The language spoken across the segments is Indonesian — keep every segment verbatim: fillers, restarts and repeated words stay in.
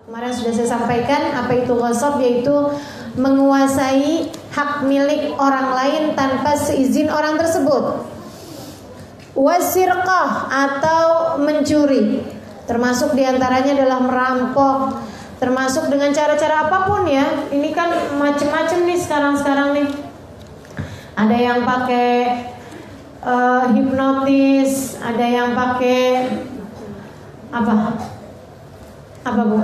Kemarin sudah saya sampaikan apa itu ghasab, yaitu menguasai hak milik orang lain tanpa seizin orang tersebut. Wasirqah atau mencuri, termasuk diantaranya adalah merampok, termasuk dengan cara-cara apapun ya. Ini kan macam-macam nih sekarang-sekarang nih. Ada yang pakai uh, hipnotis, ada yang pakai apa? Apa bu?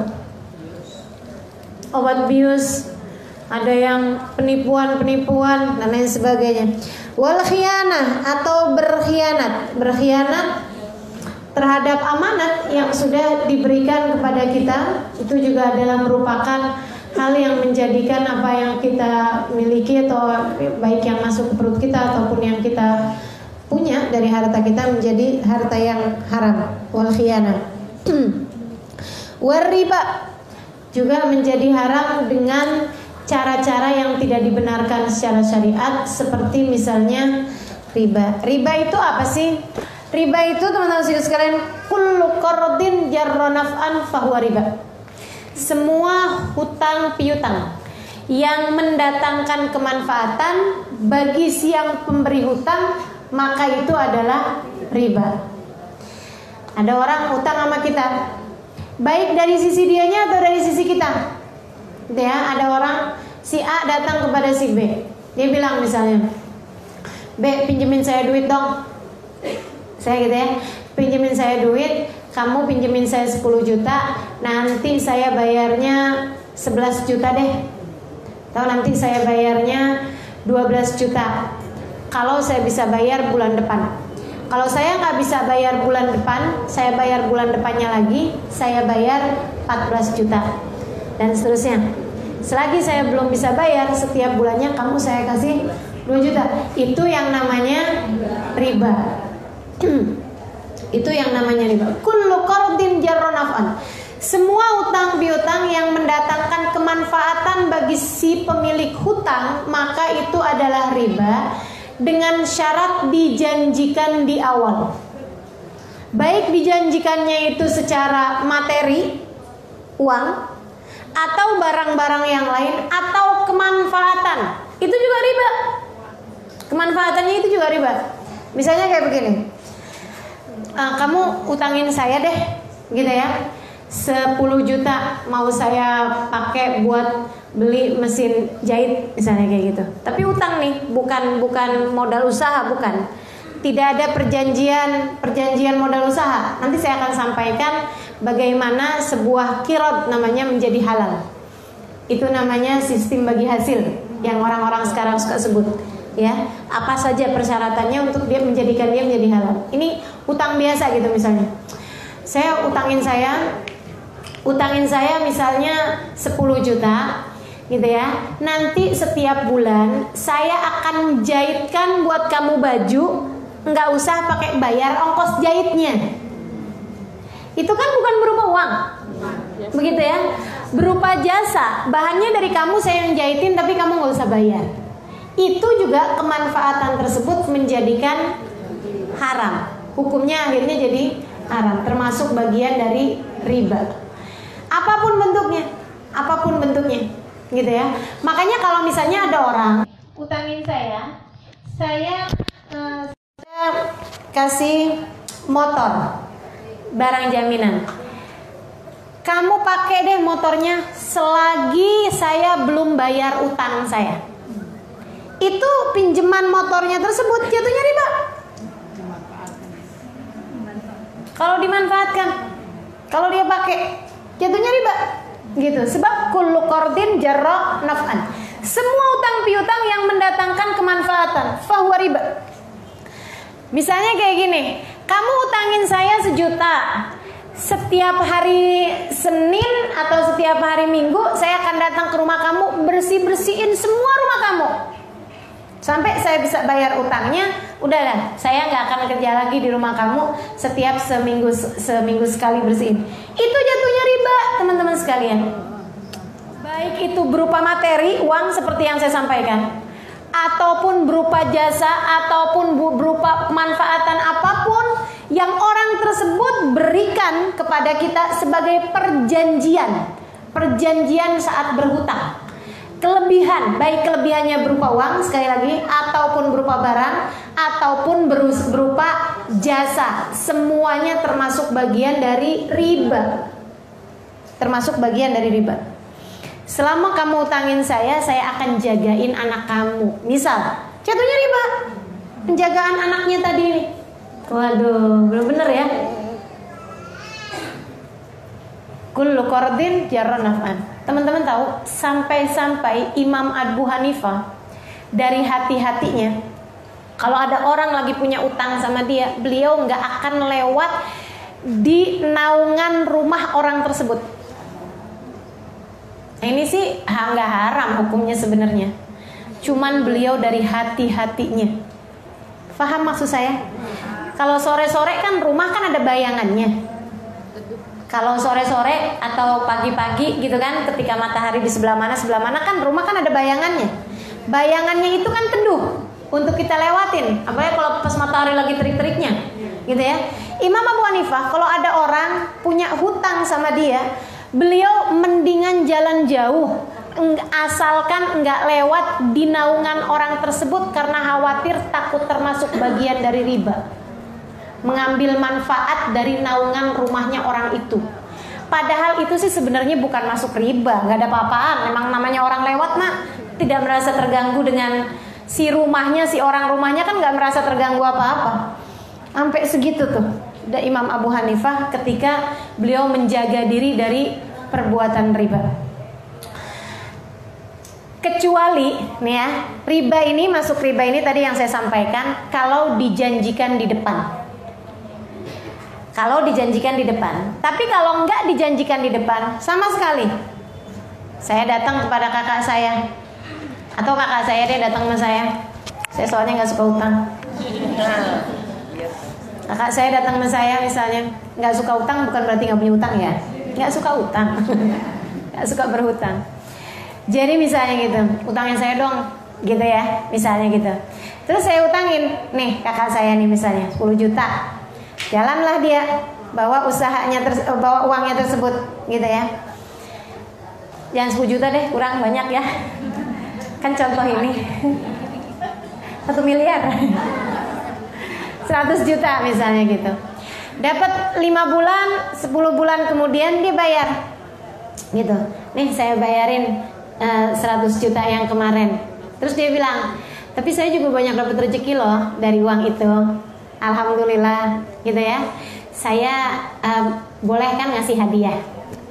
Obat bius, ada yang penipuan-penipuan dan lain sebagainya. Wal khianah atau berkhianat, berkhianat terhadap amanat yang sudah diberikan kepada kita, itu juga adalah merupakan hal yang menjadikan apa yang kita miliki atau baik yang masuk ke perut kita ataupun yang kita punya dari harta kita menjadi harta yang haram. Wal khianah. War riba juga menjadi haram dengan cara-cara yang tidak dibenarkan secara syariat, seperti misalnya riba. Riba itu apa sih? Riba itu teman-teman sekalian, kullu qardin jarra naf'an fahuwa riba. Semua hutang piutang yang mendatangkan kemanfaatan bagi si yang pemberi hutang, maka itu adalah riba. Ada orang hutang sama kita, baik dari sisi dianya atau dari sisi kita. Gitu ya, ada orang si A datang kepada si B. Dia bilang misalnya, B, pinjemin saya duit dong. Saya gitu ya, pinjemin saya duit, kamu pinjemin saya sepuluh juta, nanti saya bayarnya sebelas juta deh. Atau nanti saya bayarnya dua belas juta. Kalau saya bisa bayar bulan depan. Kalau saya nggak bisa bayar bulan depan, saya bayar bulan depannya lagi, saya bayar empat belas juta. Dan seterusnya. Selagi saya belum bisa bayar, setiap bulannya kamu saya kasih dua juta. Itu yang namanya riba. Itu yang namanya riba. Kullu qardin jarra naf'an. Semua utang piutang yang mendatangkan kemanfaatan bagi si pemilik hutang, maka itu adalah riba, dengan syarat dijanjikan di awal. Baik dijanjikannya itu secara materi, uang, atau barang-barang yang lain, atau kemanfaatan, itu juga riba. Kemanfaatannya itu juga riba. Misalnya kayak begini, uh, kamu utangin saya deh, gitu ya, sepuluh juta mau saya pakai buat beli mesin jahit misalnya kayak gitu. Tapi utang nih, bukan bukan modal usaha, bukan. Tidak ada perjanjian perjanjian modal usaha. Nanti saya akan sampaikan bagaimana sebuah kirot namanya menjadi halal. Itu namanya sistem bagi hasil yang orang-orang sekarang suka sebut. Ya, apa saja persyaratannya untuk dia menjadikan dia menjadi halal. Ini utang biasa gitu misalnya. Saya utangin saya utangin saya misalnya sepuluh juta gitu ya. Nanti setiap bulan saya akan jahitkan buat kamu baju, nggak usah pakai bayar ongkos jahitnya. Itu kan bukan berupa uang, begitu ya, berupa jasa. Bahannya dari kamu saya yang jahitin, tapi kamu nggak usah bayar. Itu juga kemanfaatan tersebut menjadikan haram. Hukumnya akhirnya jadi haram, termasuk bagian dari riba. Apapun bentuknya, apapun bentuknya, gitu ya. Makanya kalau misalnya ada orang utangin saya, saya, uh, saya kasih motor, barang jaminan. Kamu pakai deh motornya selagi saya belum bayar utang saya. Itu pinjaman motornya tersebut jatuhnya riba. Kalau dimanfaatkan, kalau dia pakai, jatuhnya riba, gitu. Sebab kullu qardin jarra naf'an. Semua utang piutang yang mendatangkan kemanfaatan, fahuwa riba. Misalnya kayak gini, kamu utangin saya sejuta. Setiap hari Senin atau setiap hari Minggu saya akan datang ke rumah kamu, bersih-bersihin semua rumah kamu sampai saya bisa bayar utangnya. Udahlah, saya nggak akan kerja lagi di rumah kamu, setiap seminggu seminggu sekali bersihin. Itu jatuhnya riba, teman-teman sekalian. Baik itu berupa materi, uang seperti yang saya sampaikan, ataupun berupa jasa, ataupun berupa kemanfaatan apapun yang orang tersebut berikan kepada kita sebagai perjanjian perjanjian saat berhutang. Kelebihan, baik kelebihannya berupa uang sekali lagi, ataupun berupa barang, ataupun berupa jasa, semuanya termasuk bagian dari riba. Termasuk bagian dari riba. Selama kamu utangin saya, saya akan jagain anak kamu. Misal, jatuhnya riba. Penjagaan anaknya tadi ini. Waduh, belum bener ya. Kullu qardin jarra naf'an. Teman-teman tahu, sampai-sampai Imam Abu Hanifah dari hati-hatinya, kalau ada orang lagi punya utang sama dia, beliau nggak akan lewat di naungan rumah orang tersebut. Nah, ini sih nggak haram hukumnya sebenarnya, cuman beliau dari hati-hatinya. Paham maksud saya? Kalau sore-sore kan rumah kan ada bayangannya. Kalau sore-sore atau pagi-pagi gitu kan, ketika matahari di sebelah mana sebelah mana kan rumah kan ada bayangannya. Bayangannya itu kan teduh untuk kita lewatin. Apalagi kalau pas matahari lagi terik-teriknya, gitu ya. Imam Abu Hanifah kalau ada orang punya hutang sama dia, beliau mendingan jalan jauh, asalkan nggak lewat di naungan orang tersebut karena khawatir takut termasuk bagian dari riba. Mengambil manfaat dari naungan rumahnya orang itu. Padahal itu sih sebenarnya bukan masuk riba, nggak ada apa-apaan. Memang namanya orang lewat mah tidak merasa terganggu dengan si rumahnya, si orang rumahnya kan nggak merasa terganggu apa-apa. Sampai segitu tuh ada Imam Abu Hanifah ketika beliau menjaga diri dari perbuatan riba. Kecuali nih ya, riba ini masuk riba ini tadi yang saya sampaikan kalau dijanjikan di depan. Kalau dijanjikan di depan. Tapi kalau enggak dijanjikan di depan, sama sekali. Saya datang kepada kakak saya, atau kakak saya dia datang sama saya. Saya soalnya nggak suka utang. Kakak saya datang sama saya misalnya, nggak suka utang bukan berarti nggak punya utang ya. Nggak suka utang, nggak suka berhutang. Jadi misalnya gitu, utangin saya dong, gitu ya, misalnya gitu. Terus saya utangin, nih kakak saya nih misalnya sepuluh juta. Jalanlah dia bawa usahanya ter, bawa uangnya tersebut gitu ya. Jangan sepuluh juta deh, kurang banyak ya. Kan contoh ini satu miliar seratus juta misalnya gitu. Dapat lima bulan, sepuluh bulan kemudian dia bayar gitu. Nih saya bayarin uh, seratus juta yang kemarin. Terus dia bilang, tapi saya juga banyak dapat rezeki loh dari uang itu. Alhamdulillah gitu ya. Saya uh, boleh kan ngasih hadiah.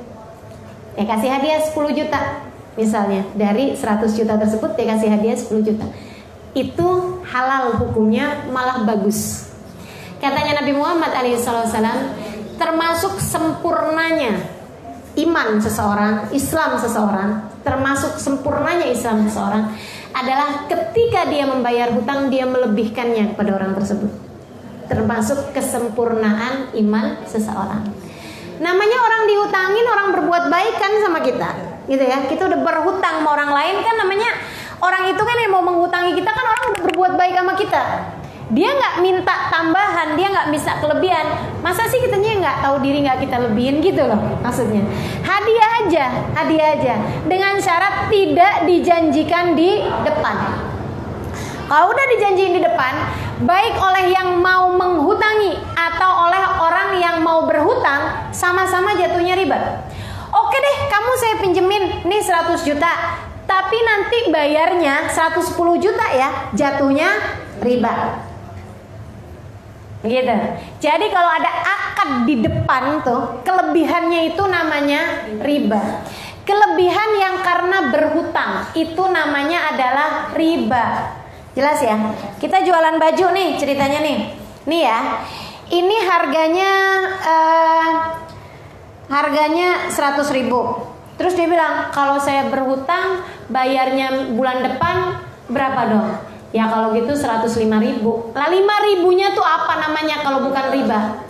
Ya kasih hadiah sepuluh juta misalnya. Dari seratus juta tersebut dia kasih hadiah sepuluh juta. Itu halal hukumnya, malah bagus. Katanya Nabi Muhammad alaihi wasallam, termasuk sempurnanya iman seseorang, Islam seseorang, termasuk sempurnanya Islam seseorang adalah ketika dia membayar hutang dia melebihkannya kepada orang tersebut. Termasuk kesempurnaan iman seseorang. Namanya orang dihutangin, orang berbuat baik kan sama kita, gitu ya. Kita udah berhutang sama orang lain kan, namanya orang itu kan yang mau menghutangi kita kan orang udah berbuat baik sama kita. Dia nggak minta tambahan, dia nggak bisa kelebihan. Masa sih kitanya nggak tahu diri nggak kita lebihin gitu loh maksudnya. Hadiah aja, hadiah aja. Dengan syarat tidak dijanjikan di depan. Kalau udah dijanjiin di depan, baik oleh yang mau menghutangi atau oleh orang yang mau berhutang, sama-sama jatuhnya riba. Oke deh, kamu saya pinjemin nih seratus juta, tapi nanti bayarnya seratus sepuluh juta ya, jatuhnya riba. Gitu. Jadi kalau ada akad di depan tuh, kelebihannya itu namanya riba. Kelebihan yang karena berhutang itu namanya adalah riba. Jelas ya? Kita jualan baju nih ceritanya nih. Nih ya. Ini harganya uh, harganya seratus ribu. Terus dia bilang, kalau saya berhutang bayarnya bulan depan berapa dong? Ya kalau gitu seratus lima ribu. Lah lima ribunya tuh apa namanya kalau bukan riba?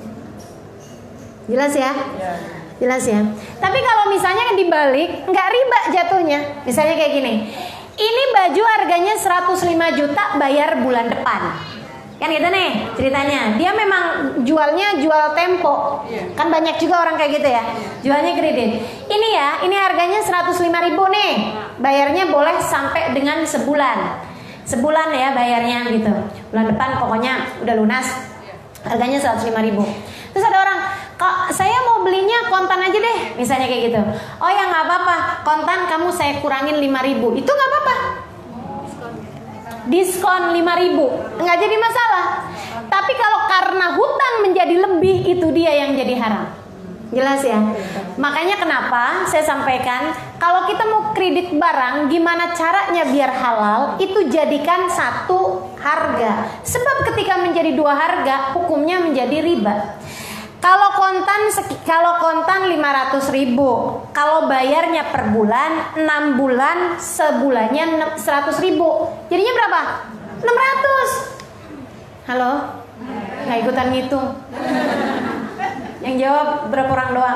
Jelas ya? Jelas ya? Tapi kalau misalnya dibalik, nggak riba jatuhnya. Misalnya kayak gini. Ini baju harganya seratus lima juta, bayar bulan depan. Kan gitu nih ceritanya. Dia memang jualnya jual tempo. Kan banyak juga orang kayak gitu ya. Jualnya kredit. Ini ya, ini harganya seratus lima ribu nih. Bayarnya boleh sampai dengan sebulan. Sebulan ya bayarnya gitu. Bulan depan pokoknya udah lunas. Harganya seratus lima ribu. Terus ada orang, kok saya mau belinya kontan aja deh. Misalnya kayak gitu. Oh ya nggak apa-apa. Kontan kamu saya kurangin lima ribu. Itu nggak apa-apa. Diskon lima ribu, nggak jadi masalah. Tapi kalau karena hutang menjadi lebih, itu dia yang jadi haram. Jelas ya. Makanya kenapa saya sampaikan, kalau kita mau kredit barang, gimana caranya biar halal, itu jadikan satu harga. Sebab ketika menjadi dua harga, hukumnya menjadi riba. Kalau kontan kalau kontan lima ratus ribu, kalau bayarnya per bulan enam bulan, sebulannya seratus ribu. Jadinya berapa? enam ratus. Halo? Nggak ikutan ngitung. Yang jawab berapa orang doang.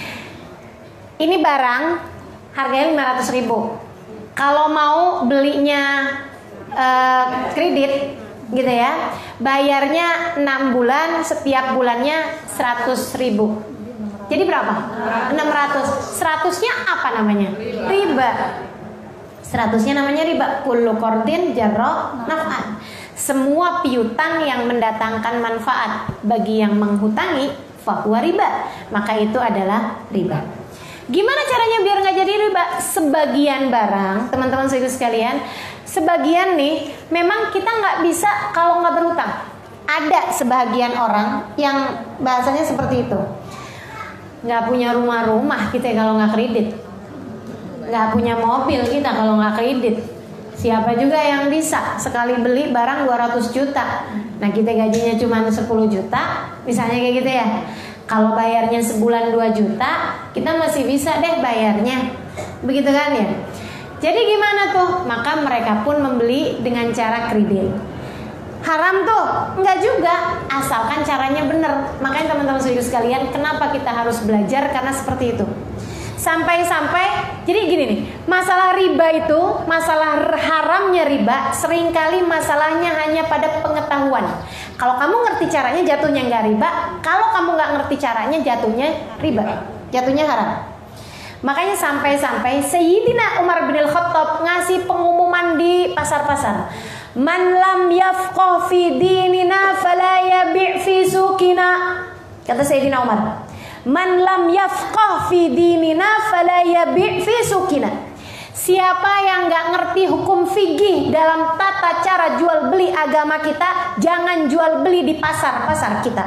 Ini barang harganya lima ratus ribu. Kalau mau belinya uh, kredit gitu ya, bayarnya enam bulan, setiap bulannya seratus ribu. Jadi berapa? enam ratus. Seratusnya apa namanya? Riba. Seratusnya namanya riba. Kullu qardin jarra naf'an. Semua piutang yang mendatangkan manfaat bagi yang menghutangi, fahuwa riba, maka itu adalah riba. Gimana caranya biar nggak jadi riba? Sebagian barang, teman-teman saudara sekalian, sebagian nih memang kita nggak bisa kalau nggak berhutang. Ada sebagian orang yang bahasanya seperti itu, nggak punya rumah-rumah kita kalau nggak kredit, nggak punya mobil kita kalau nggak kredit. Siapa juga yang bisa sekali beli barang dua ratus juta, nah kita gajinya cuma sepuluh juta, misalnya kayak gitu ya. Kalau bayarnya sebulan dua juta, kita masih bisa deh bayarnya. Begitu kan ya? Jadi gimana tuh? Maka mereka pun membeli dengan cara kredit. Haram tuh? Enggak juga, asalkan caranya benar. Makanya teman-teman saudara sekalian, kenapa kita harus belajar? Karena seperti itu. Sampai-sampai, jadi gini nih, masalah riba itu, masalah haramnya riba, seringkali masalahnya hanya pada pengetahuan. Kalau kamu ngerti caranya, jatuhnya nggak riba. Kalau kamu nggak ngerti caranya, jatuhnya riba, jatuhnya haram. Makanya sampai-sampai Sayyidina Umar bin Al-Khattab ngasih pengumuman di pasar-pasar. Man lam yafqah fi dinina fala yabi' fi suqina. Kata Sayyidina Umar. Man lam yafqah fi dinina fala yabi' fi suqina. Siapa yang nggak ngerti hukum fikih dalam tata cara jual beli agama kita, jangan jual beli di pasar-pasar kita.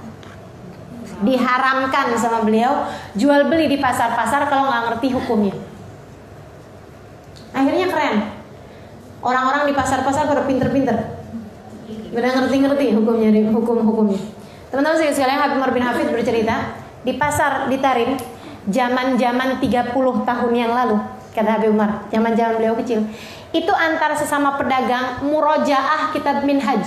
Diharamkan sama beliau jual beli di pasar-pasar kalau nggak ngerti hukumnya. Akhirnya keren. Orang-orang di pasar-pasar pada pinter-pinter, pada ngerti-ngerti hukumnya, hukum-hukumnya. Teman-teman sekalian, Habib Umar bin Hafid bercerita di pasar di Tarim, zaman-zaman tiga puluh tahun yang lalu, kata Habib Umar, zaman-zaman beliau kecil, itu antar sesama pedagang murojaah kitab Minhaj.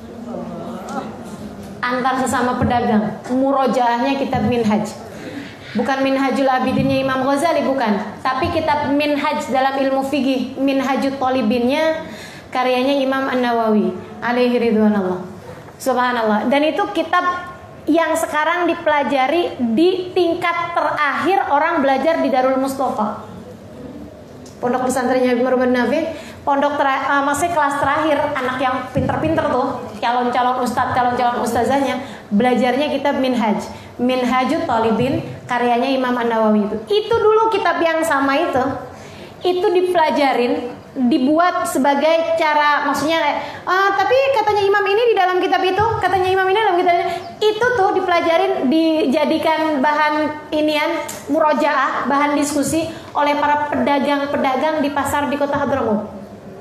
Antar sesama pedagang murojaahnya kitab Minhaj. Bukan Minhajul Abidinnya Imam Ghazali, bukan, tapi kitab Minhaj dalam ilmu fikih, Minhajut Thalibinnya karyanya Imam An-Nawawi alaihi ridwanullah. Subhanallah. Dan itu kitab yang sekarang dipelajari di tingkat terakhir orang belajar di Darul Mustafa, pondok pesantrennya Umar bin Nafi. Pondok terakhir, uh, masih kelas terakhir, anak yang pinter-pinter tuh, calon-calon ustadz, calon-calon ustazahnya belajarnya kitab Minhaj, Minhajut Thalibin, karyanya Imam An-Nawawi itu. Itu dulu kitab yang sama itu, itu dipelajarin, dibuat sebagai cara, maksudnya, uh, tapi katanya Imam ini di dalam kitab itu, katanya Imam ini dalam kitab itu tuh dipelajarin, dijadikan bahan inian murojaah, bahan diskusi oleh para pedagang-pedagang di pasar di kota Hadramaut.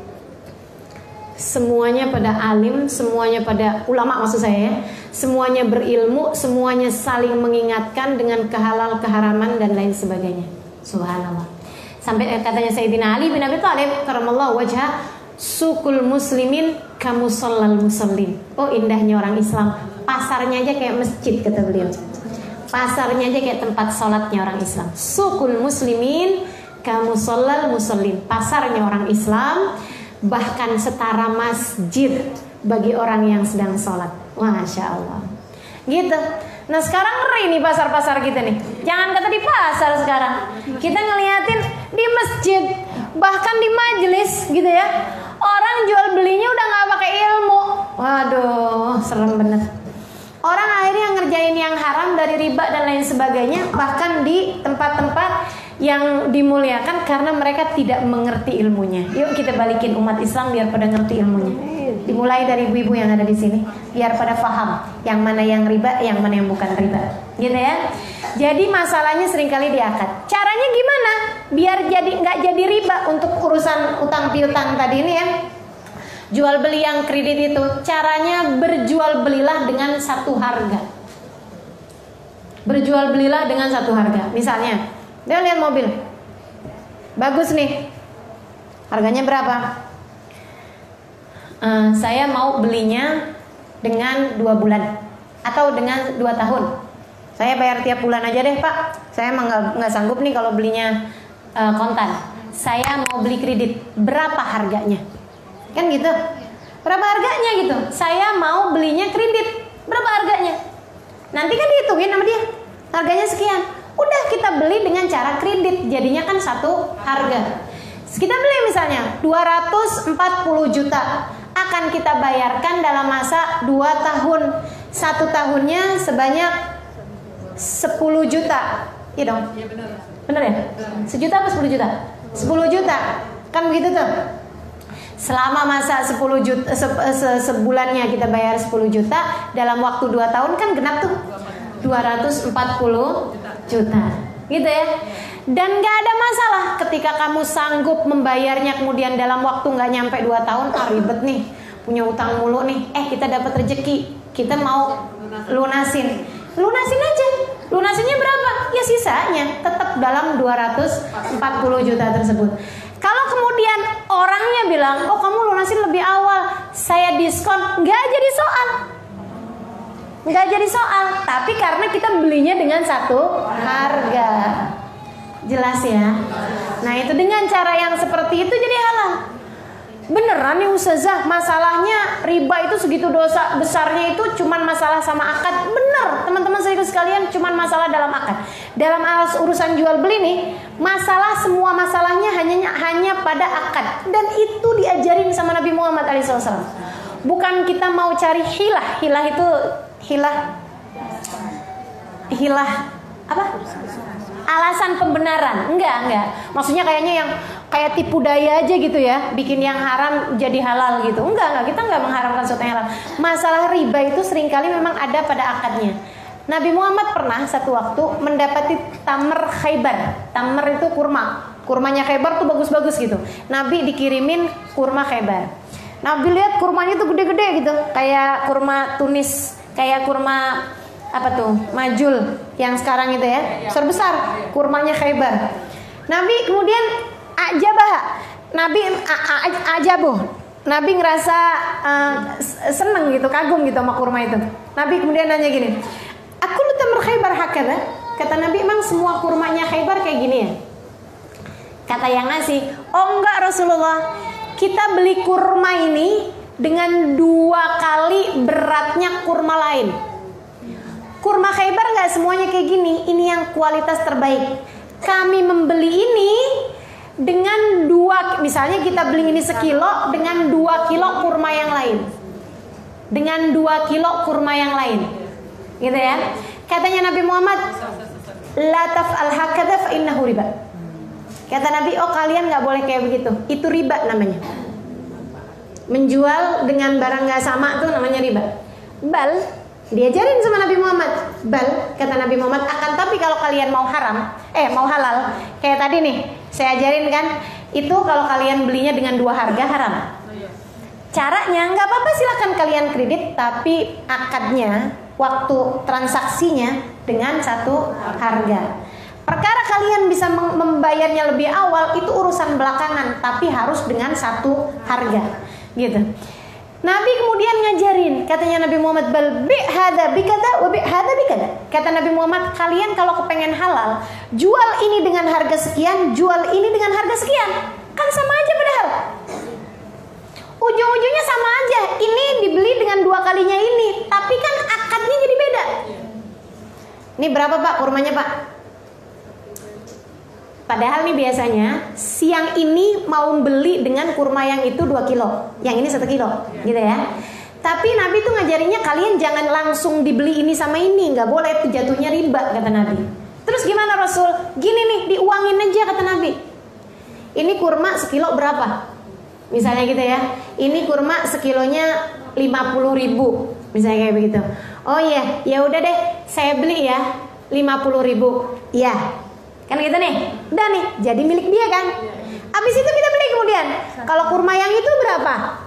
Semuanya pada alim, semuanya pada ulama maksud saya ya. Semuanya berilmu, semuanya saling mengingatkan dengan kehalal, keharaman dan lain sebagainya. Subhanallah. Sampai katanya Sayyidina Ali bin Abi Thalib karamallahu wajhah, sukul muslimin kamusallal musallin. Oh indahnya orang Islam, pasarnya aja kayak masjid kata beliau. Pasarnya aja kayak tempat sholatnya orang Islam. Sukul muslimin kamusallal musallin. Pasarnya orang Islam bahkan setara masjid bagi orang yang sedang sholat. Masya Allah. Gitu. Nah sekarang ngeri nih pasar-pasar kita nih. Jangan kata di pasar sekarang, kita ngeliatin di masjid, bahkan di majelis gitu ya. Orang jual belinya udah nggak pakai ilmu. Waduh, serem bener. Orang akhirnya ngerjain yang haram dari riba dan lain sebagainya, bahkan di tempat-tempat yang dimuliakan karena mereka tidak mengerti ilmunya. Yuk kita balikin umat Islam biar pada ngerti ilmunya. Dimulai dari ibu-ibu yang ada di sini, biar pada paham yang mana yang riba, yang mana yang bukan riba, gitu ya. Jadi masalahnya seringkali di akad. Caranya gimana? Biar jadi nggak jadi riba untuk urusan utang piutang tadi ini ya. Jual beli yang kredit itu, caranya berjual belilah dengan satu harga. Berjual belilah dengan satu harga. Misalnya, dia lihat mobil, bagus nih, harganya berapa? Uh, saya mau belinya dengan dua bulan atau dengan dua tahun. Saya bayar tiap bulan aja deh pak. Saya emang nggak nggak sanggup nih kalau belinya uh, kontan. Saya mau beli kredit. Berapa harganya? Kan gitu. Berapa harganya gitu? Saya mau belinya kredit. Berapa harganya? Nanti kan dihitungin sama dia. Harganya sekian. Udah kita beli dengan cara kredit. Jadinya kan satu harga. Kita beli misalnya dua ratus empat puluh juta. Akan kita bayarkan dalam masa dua tahun. Satu tahunnya sebanyak sepuluh juta. Iya dong? Iya benar. Benar ya? Sejuta apa sepuluh juta? sepuluh juta. Kan begitu tuh. Selama masa sepuluh juta se, se, sebulannya kita bayar sepuluh juta, dalam waktu dua tahun kan genap tuh dua ratus empat puluh juta. Gitu ya. Dan gak ada masalah ketika kamu sanggup membayarnya kemudian dalam waktu gak nyampe dua tahun, ah ribet nih, punya utang mulu nih, eh kita dapat rezeki, kita mau lunasin, lunasin aja. Lunasinnya berapa? Ya sisanya tetap dalam dua ratus empat puluh juta tersebut. Kalau kemudian orangnya bilang, oh kamu lunasin lebih awal, saya diskon, gak jadi soal. Gak jadi soal, tapi karena kita belinya dengan satu harga. Jelas ya. Nah itu dengan cara yang seperti itu jadi halal. Beneran nih ustazah, masalahnya riba itu segitu dosa besarnya itu cuman masalah sama akad. Bener teman-teman saya sekalian, cuman masalah dalam akad. Dalam urusan jual beli nih, masalah semua masalahnya hanya hanya pada akad. Dan itu diajarin sama Nabi Muhammad shallallahu alaihi wasallam. Bukan kita mau cari hilah. Hilah itu hilah hilah apa? Alasan pembenaran. Enggak, enggak. Maksudnya kayaknya yang kayak tipu daya aja gitu ya, bikin yang haram jadi halal gitu. Enggak, enggak. Kita enggak mengharamkan sesuatu yang halal. Masalah riba itu seringkali memang ada pada akadnya. Nabi Muhammad pernah satu waktu mendapati tamr Khaybar. Tamr itu kurma. Kurmanya Khaybar tuh bagus-bagus gitu. Nabi dikirimin kurma Khaybar. Nabi lihat kurmanya tuh gede-gede gitu, kayak kurma Tunis, kayak kurma apa tuh, majul yang sekarang itu ya, besar-besar kurmanya Khaybar. Nabi kemudian ajabah, Nabi ajabuh, Nabi ngerasa uh, seneng gitu, kagum gitu sama kurma itu. Nabi kemudian nanya gini, aku lu tamr Khaybar hakada? Kata Nabi, emang semua kurmanya Khaybar kayak gini ya? Kata yang ngasih, oh enggak Rasulullah, kita beli kurma ini dengan dua kali beratnya kurma lain. Kurma Khaybar nggak semuanya kayak gini. Ini yang kualitas terbaik. Kami membeli ini dengan dua, misalnya kita beli ini sekilo dengan dua kilo kurma yang lain. Dengan dua kilo kurma yang lain, gitu ya. Katanya Nabi Muhammad, la taf'al hakadha fa innahu riba. Kata Nabi, oh kalian nggak boleh kayak begitu. Itu riba namanya. Menjual dengan barang nggak sama tuh namanya riba. Bal diajarin sama Nabi Muhammad, bal kata Nabi Muhammad, akan tapi kalau kalian mau haram, eh mau halal, kayak tadi nih saya ajarin kan, itu kalau kalian belinya dengan dua harga haram. Caranya nggak apa-apa, silakan kalian kredit, tapi akadnya, waktu transaksinya dengan satu harga. Perkara kalian bisa membayarnya lebih awal itu urusan belakangan, tapi harus dengan satu harga, gitu. Nabi kemudian ngajarin, katanya Nabi Muhammad, bal bi hadza bi kadza wa bi hadza bi kadza. Kata Nabi Muhammad, kalian kalau kepengen halal, jual ini dengan harga sekian, jual ini dengan harga sekian. Kan sama aja padahal. ujung-ujungnya sama aja. Ini dibeli dengan dua kalinya ini, tapi kan akadnya jadi beda. Ini berapa Pak kurmanya Pak? Padahal nih biasanya siang ini mau beli dengan kurma yang itu dua kilo, yang ini satu kilo, gitu ya. Tapi Nabi tuh ngajarinya kalian jangan langsung dibeli ini sama ini, nggak boleh, itu jatuhnya riba kata Nabi. Terus gimana Rasul? Gini nih, diuangin aja kata Nabi. Ini kurma sekilo berapa? Misalnya gitu ya. Ini kurma sekilonya lima puluh ribu, misalnya kayak begitu. Oh iya, ya udah deh, saya beli ya lima puluh ribu. Iya, kan gitu nih. Udah nih, jadi milik dia kan. Habis itu kita beli kemudian. Kalau kurma yang itu berapa?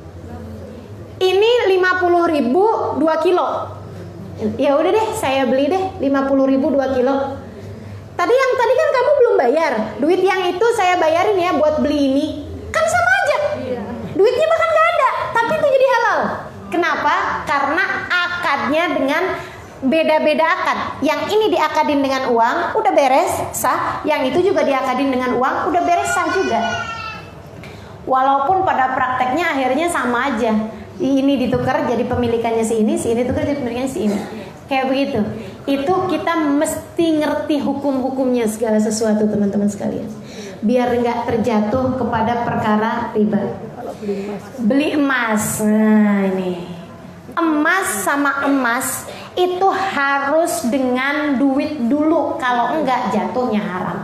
Ini lima puluh ribu dua kilo. Ya udah deh, saya beli deh lima puluh ribu dua kilo. Tadi yang tadi kan kamu belum bayar. Duit yang itu saya bayarin ya buat beli ini. Kan sama aja. Duitnya bahkan gak ada, tapi itu jadi halal. Kenapa? Karena akadnya dengan beda-beda akad. Yang ini diakadin dengan uang, udah beres, sah. Yang itu juga diakadin dengan uang, udah beres, sah juga. Walaupun pada prakteknya akhirnya sama aja. Ini ditukar jadi pemilikannya si ini, si ini tukar jadi pemilikannya si ini. Kayak begitu. Itu kita mesti ngerti hukum-hukumnya segala sesuatu teman-teman sekalian. Biar nggak terjatuh kepada perkara riba. Beli emas. Nah ini. Emas sama emas itu harus dengan duit dulu. Kalau enggak jatuhnya haram.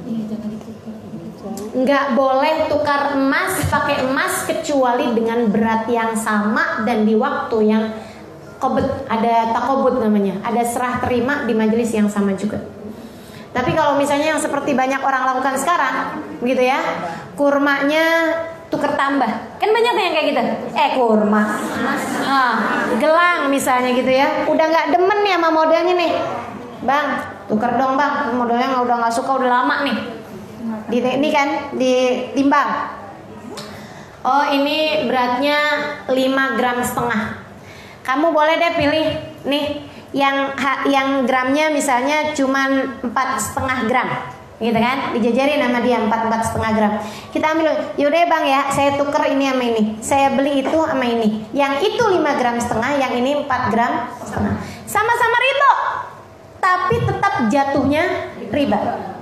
Nggak boleh tukar emas pakai emas kecuali dengan berat yang sama dan di waktu yang kobet, ada takobut namanya, ada serah terima di majelis yang sama juga. Tapi kalau misalnya yang seperti banyak orang lakukan sekarang, begitu ya, kurmanya tuker tambah, kan banyak yang kayak gitu. Eh kurma, ah, gelang misalnya gitu ya, udah nggak demen nih sama modelnya nih, bang, tuker dong bang, modelnya udah nggak suka, udah lama nih. Di ini kan ditimbang. Oh ini beratnya lima gram setengah. Kamu boleh deh pilih nih yang yang gramnya misalnya cuman empat setengah gram, gitu kan? Dijajarin sama dia empat empat setengah gram. Kita ambil, yaudah bang ya, saya tuker ini sama ini, saya beli itu sama ini. Yang itu lima gram setengah, yang ini empat gram setengah. Sama-sama riba, tapi tetap jatuhnya riba.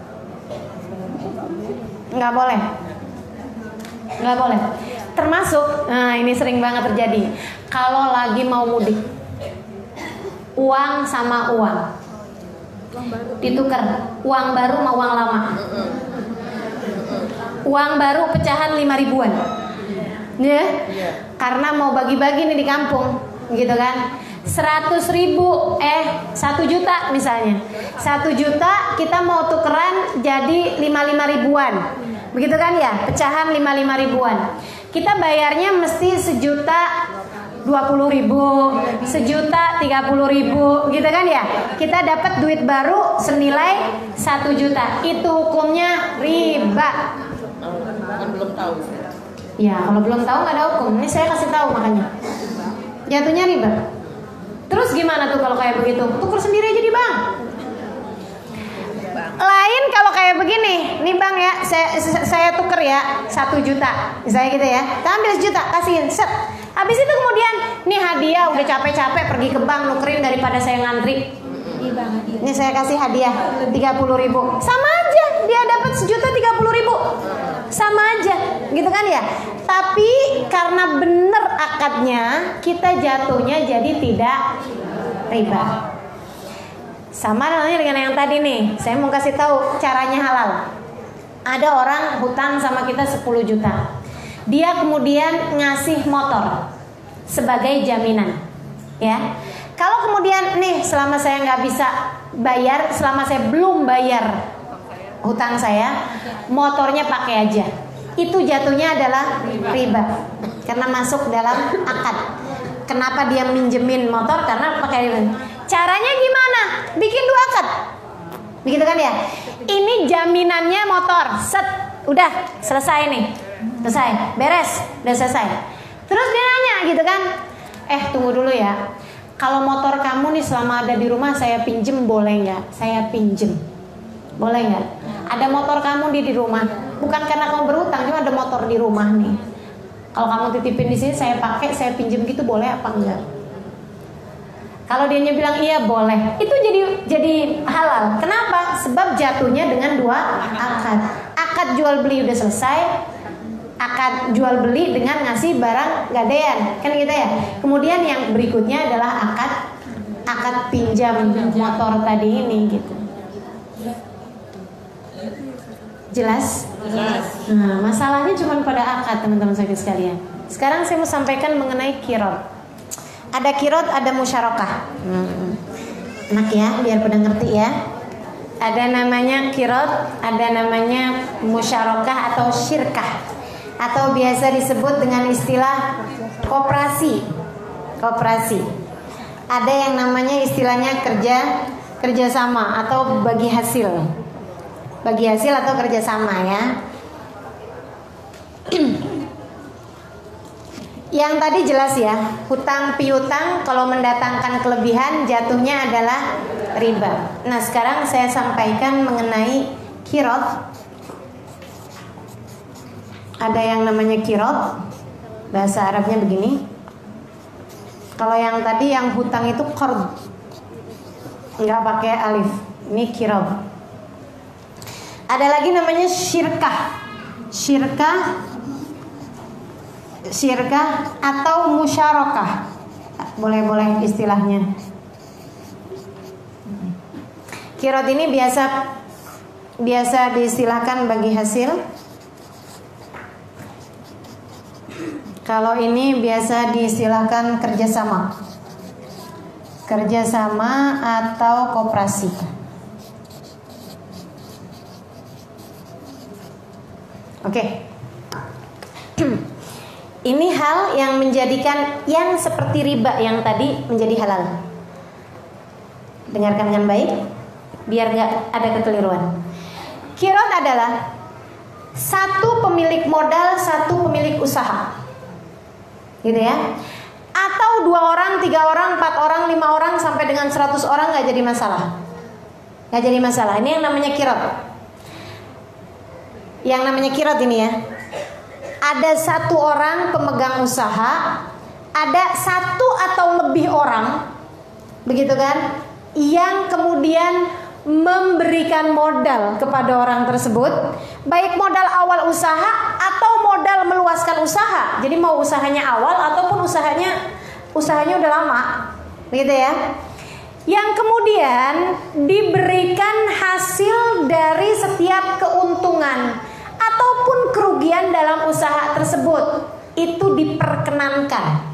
Nggak boleh, nggak boleh. Termasuk, nah ini sering banget terjadi. Kalau lagi mau mudik, uang sama uang ditukar, uang baru sama uang lama. Uang baru pecahan lima ribuan, ya, karena mau bagi-bagi nih di kampung, gitu kan. Seratus ribu, eh satu juta misalnya, satu juta kita mau tukeran jadi lima lima ribuan, begitu kan ya, pecahan lima lima ribuan. Kita bayarnya mesti sejuta dua puluh ribu, sejuta tiga puluh ribu, gitu kan ya. Kita dapat duit baru senilai satu juta, itu hukumnya riba. Kan belum tahu. Ya kalau belum tahu nggak ada hukum. Ini saya kasih tahu makanya. Jatuhnya riba. Terus gimana tuh kalau kayak begitu? Tuker sendiri aja di bank. Lain kalau kayak begini, nih bang ya, saya saya tuker ya satu juta, misalnya gitu ya. Kita ambil sejuta, kasihin, set. Habis itu kemudian, nih hadiah, udah capek-capek pergi ke bank nukerin daripada saya ngantri. Ini saya kasih hadiah tiga puluh ribu, sama aja dia dapat sejuta tiga puluh ribu, sama aja, gitu kan ya. Tapi karena bener akadnya, kita jatuhnya jadi tidak riba. Sama halnya dengan yang tadi nih, saya mau kasih tahu caranya halal. Ada orang hutang sama kita sepuluh juta, dia kemudian ngasih motor sebagai jaminan, ya. Kalau kemudian nih selama saya nggak bisa bayar, selama saya belum bayar hutang saya, motornya pakai aja, itu jatuhnya adalah riba karena masuk dalam akad. Kenapa dia minjemin motor? Karena pakai riba. Caranya gimana? Bikin dua akad, begitu kan ya. Ini jaminannya motor, set, udah selesai nih, selesai, beres, udah selesai. Terus dia nanya gitu kan, eh tunggu dulu ya, kalau motor kamu nih selama ada di rumah saya pinjem boleh nggak? Saya pinjem, boleh nggak? Ada motor kamu di di rumah, bukan karena kamu berhutang, cuma ada motor di rumah nih. Kalau kamu titipin di sini, saya pakai, saya pinjem gitu, boleh apa enggak? Kalau dia bilang iya boleh, itu jadi jadi halal. Kenapa? Sebab jatuhnya dengan dua akad. Akad jual beli udah selesai, akad jual beli dengan ngasih barang gadean, kan gitu ya. Kemudian yang berikutnya adalah akad akad pinjam motor tadi ini gitu. Jelas? Nah, masalahnya cuma pada akad, teman-teman sekalian. Sekarang saya mau sampaikan mengenai kirot. Ada kirot, ada musyarakah. Hmm. Enak ya, biar pada ngerti ya. Ada namanya kirot, ada namanya musyarakah atau syirkah, atau biasa disebut dengan istilah koperasi. Koperasi. Ada yang namanya istilahnya kerja kerjasama atau bagi hasil. Bagi hasil atau kerjasama ya. Yang tadi jelas ya, hutang piutang kalau mendatangkan kelebihan jatuhnya adalah riba. Nah sekarang saya sampaikan mengenai kirot. Ada yang namanya kirot, bahasa Arabnya begini. Kalau yang tadi yang hutang itu qard, nggak pakai alif, ini kirot. Ada lagi namanya syirkah, syirkah, syirkah atau musyarakah, boleh-boleh istilahnya. Kirot ini biasa biasa diistilahkan bagi hasil. Kalau ini biasa diistilahkan kerjasama, kerjasama atau koperasi. Oke, ini hal yang menjadikan yang seperti riba yang tadi menjadi halal. Dengarkan dengan baik, biar gak ada kekeliruan. Kirot adalah satu pemilik modal, satu pemilik usaha, gitu ya. Atau dua orang, tiga orang, empat orang, lima orang, sampai dengan seratus orang gak jadi masalah. Gak jadi masalah, ini yang namanya kirot. Yang namanya kirot ini ya, ada satu orang pemegang usaha, ada satu atau lebih orang, begitu kan, yang kemudian memberikan modal kepada orang tersebut, baik modal awal usaha atau modal meluaskan usaha. Jadi mau usahanya awal ataupun usahanya usahanya udah lama, begitu ya. Yang kemudian diberikan hasil dari setiap keuntungan ataupun kerugian dalam usaha tersebut, itu diperkenankan.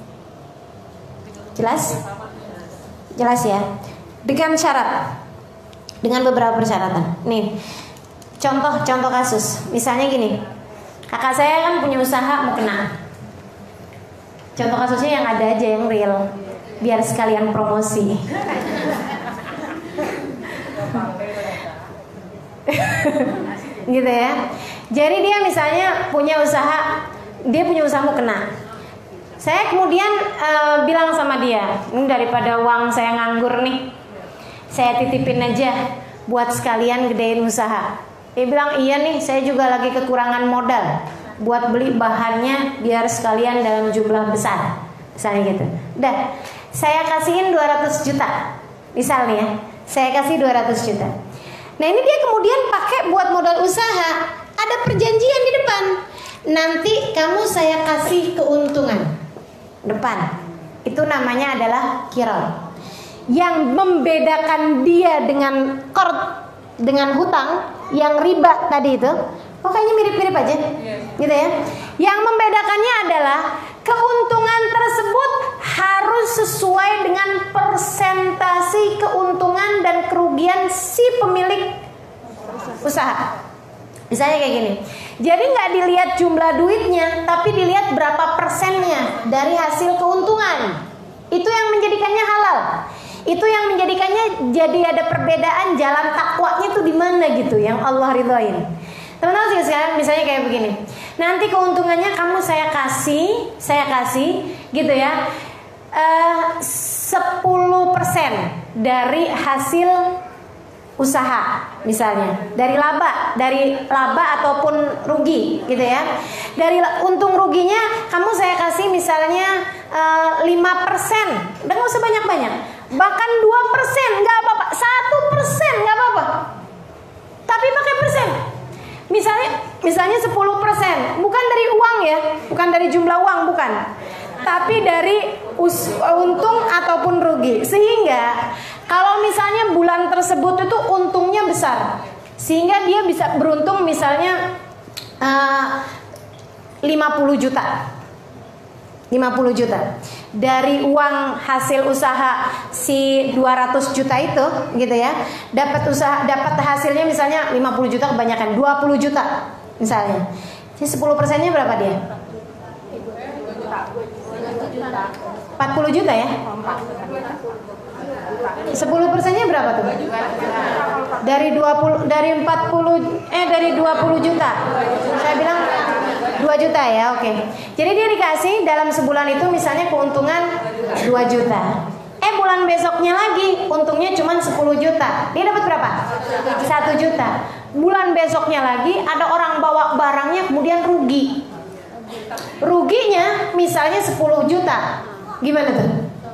Jelas? Jelas ya? Dengan syarat, dengan beberapa persyaratan. Nih, contoh-contoh kasus. Misalnya gini, kakak saya kan punya usaha mau kena. Contoh kasusnya yang ada aja, yang real, biar sekalian promosi. Gitu ya. Jadi dia misalnya punya usaha, dia punya usaha mau kena. Saya kemudian uh, bilang sama dia, ini daripada uang saya nganggur nih, saya titipin aja buat sekalian gedein usaha. Dia bilang iya nih, saya juga lagi kekurangan modal buat beli bahannya biar sekalian dalam jumlah besar, misalnya gitu. Udah, saya kasihin dua ratus juta, misal nih ya, saya kasih dua ratus juta. Nah ini dia kemudian pakai buat modal usaha. Ada perjanjian di depan, nanti kamu saya kasih keuntungan depan. Itu namanya adalah kirot. Yang membedakan dia dengan qard, dengan hutang yang riba tadi itu, oh kayaknya mirip-mirip aja, gitu ya. Yang membedakannya adalah keuntungan tersebut harus sesuai dengan persentase keuntungan dan kerugian si pemilik usaha. Misalnya kayak gini, jadi nggak dilihat jumlah duitnya, tapi dilihat berapa persennya dari hasil keuntungan. Itu yang menjadikannya halal. Itu yang menjadikannya jadi ada perbedaan jalan takwanya tuh di mana gitu, yang Allah ridhoin. Teman-teman sih sekarang misalnya kayak begini, nanti keuntungannya kamu saya kasih, saya kasih, gitu ya, uh, sepuluh persen dari hasil usaha, misalnya dari laba, dari laba ataupun rugi, gitu ya. Dari untung ruginya kamu saya kasih misalnya uh, lima persen, udah nggak usah banyak-banyak, bahkan dua persen nggak apa-apa, satu persen nggak apa-apa, tapi pakai persen. Misalnya, misalnya sepuluh persen, bukan dari uang ya, bukan dari jumlah uang, bukan, tapi dari us- untung ataupun rugi. Sehingga kalau misalnya bulan tersebut itu untungnya besar, sehingga dia bisa beruntung misalnya uh, lima puluh juta, lima puluh juta dari uang hasil usaha si dua ratus juta itu, gitu ya. Dapat usaha, dapat hasilnya misalnya lima puluh juta, kebanyakan dua puluh juta misalnya. Jadi sepuluh persennya berapa dia? empat puluh juta ya. sepuluh persennya berapa tuh? Dari dua puluh, dari empat puluh, eh dari dua puluh juta. Saya bilang dua juta ya, oke. Jadi dia dikasih dalam sebulan itu misalnya keuntungan dua juta. Eh bulan besoknya lagi untungnya cuma sepuluh juta. Dia dapat berapa? satu juta. Bulan besoknya lagi ada orang bawa barangnya kemudian rugi. Ruginya misalnya sepuluh juta. Gimana tuh?